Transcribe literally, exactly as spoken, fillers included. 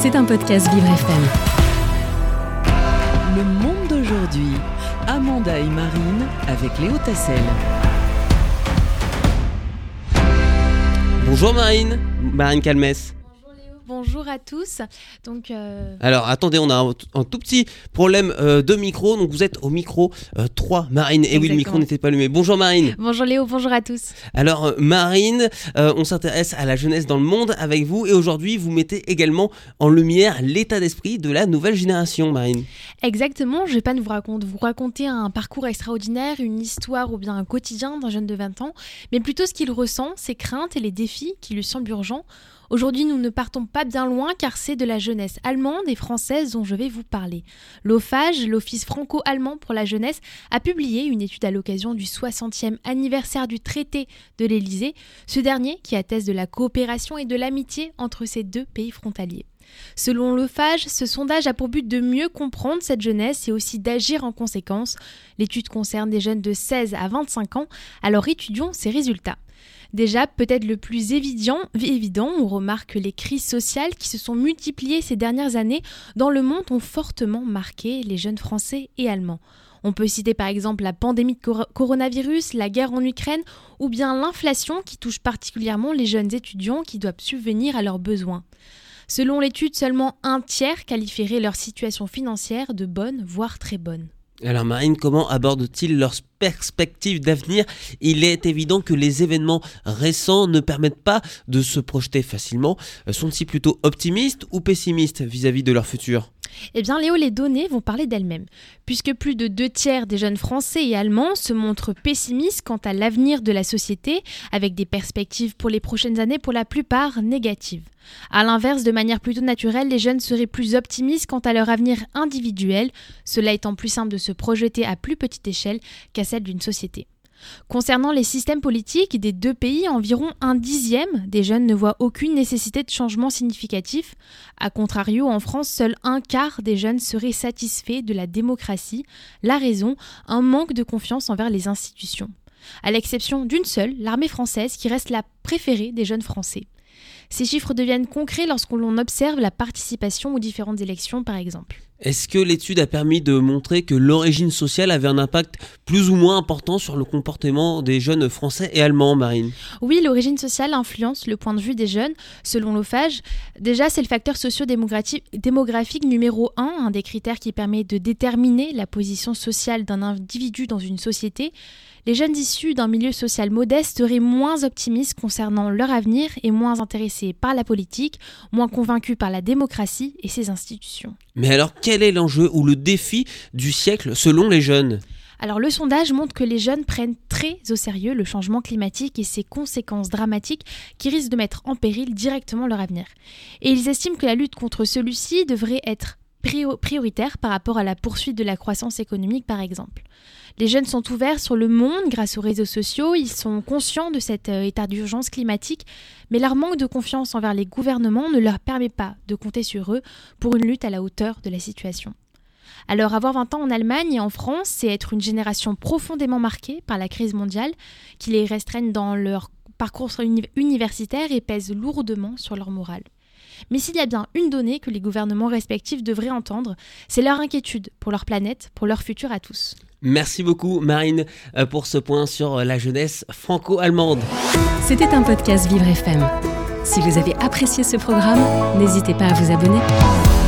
C'est un podcast Vivre F M. Le monde d'aujourd'hui. Amanda et Marine avec Léo Tassel. Bonjour Marine, Marine Calmès. Bonjour à tous. Donc, euh... Alors attendez, on a un, un tout petit problème euh, de micro, donc vous êtes au micro euh, trois, Marine. Et oui, le micro n'était pas allumé. Bonjour Marine. Bonjour Léo, bonjour à tous. Alors euh, Marine, euh, on s'intéresse à la jeunesse dans le monde avec vous et aujourd'hui vous mettez également en lumière l'état d'esprit de la nouvelle génération, Marine. Exactement, je ne vais pas vous raconter, vous raconter un parcours extraordinaire, une histoire ou bien un quotidien d'un jeune de vingt ans, mais plutôt ce qu'il ressent, ses craintes et les défis qui lui semblent urgents. Aujourd'hui, nous ne partons pas bien loin car c'est de la jeunesse allemande et française dont je vais vous parler. L'O F A G, l'Office franco-allemand pour la jeunesse, a publié une étude à l'occasion du soixantième anniversaire du traité de l'Élysée, ce dernier qui atteste de la coopération et de l'amitié entre ces deux pays frontaliers. Selon l'O F A G, ce sondage a pour but de mieux comprendre cette jeunesse et aussi d'agir en conséquence. L'étude concerne des jeunes de seize à vingt-cinq ans, alors étudions ces résultats. Déjà, peut-être le plus évident, évident, on remarque que les crises sociales qui se sont multipliées ces dernières années dans le monde ont fortement marqué les jeunes français et allemands. On peut citer par exemple la pandémie de cor- coronavirus, la guerre en Ukraine ou bien l'inflation qui touche particulièrement les jeunes étudiants qui doivent subvenir à leurs besoins. Selon l'étude, seulement un tiers qualifierait leur situation financière de bonne, voire très bonne. Alors Marine, comment abordent-ils leurs perspectives d'avenir ? Il est évident que les événements récents ne permettent pas de se projeter facilement. Sont-ils plutôt optimistes ou pessimistes vis-à-vis de leur futur ? Eh bien Léo, les données vont parler d'elles-mêmes, puisque plus de deux tiers des jeunes français et allemands se montrent pessimistes quant à l'avenir de la société, avec des perspectives pour les prochaines années pour la plupart négatives. A l'inverse, de manière plutôt naturelle, les jeunes seraient plus optimistes quant à leur avenir individuel, cela étant plus simple de se projeter à plus petite échelle qu'à celle d'une société. Concernant les systèmes politiques des deux pays, environ un dixième des jeunes ne voient aucune nécessité de changement significatif. A contrario, en France, seul un quart des jeunes seraient satisfaits de la démocratie. La raison, un manque de confiance envers les institutions. À l'exception d'une seule, l'armée française, qui reste la préférée des jeunes français. Ces chiffres deviennent concrets lorsqu'on observe la participation aux différentes élections, par exemple. Est-ce que l'étude a permis de montrer que l'origine sociale avait un impact plus ou moins important sur le comportement des jeunes français et allemands, Marine ? Oui, l'origine sociale influence le point de vue des jeunes, selon l'O F A G. Déjà, c'est le facteur socio-démographique numéro un, un des critères qui permet de déterminer la position sociale d'un individu dans une société. Les jeunes issus d'un milieu social modeste seraient moins optimistes concernant leur avenir et moins intéressés par la politique, moins convaincus par la démocratie et ses institutions. Mais alors, quel est l'enjeu ou le défi du siècle selon les jeunes ? Alors le sondage montre que les jeunes prennent très au sérieux le changement climatique et ses conséquences dramatiques qui risquent de mettre en péril directement leur avenir. Et ils estiment que la lutte contre celui-ci devrait être prioritaire par rapport à la poursuite de la croissance économique par exemple. Les jeunes sont ouverts sur le monde grâce aux réseaux sociaux, ils sont conscients de cet euh, état d'urgence climatique, mais leur manque de confiance envers les gouvernements ne leur permet pas de compter sur eux pour une lutte à la hauteur de la situation. Alors avoir vingt ans en Allemagne et en France, c'est être une génération profondément marquée par la crise mondiale, qui les restreignent dans leur parcours uni- universitaire et pèse lourdement sur leur morale. Mais s'il y a bien une donnée que les gouvernements respectifs devraient entendre, c'est leur inquiétude pour leur planète, pour leur futur à tous. Merci beaucoup Marine pour ce point sur la jeunesse franco-allemande. C'était un podcast Vivre F M. Si vous avez apprécié ce programme, n'hésitez pas à vous abonner.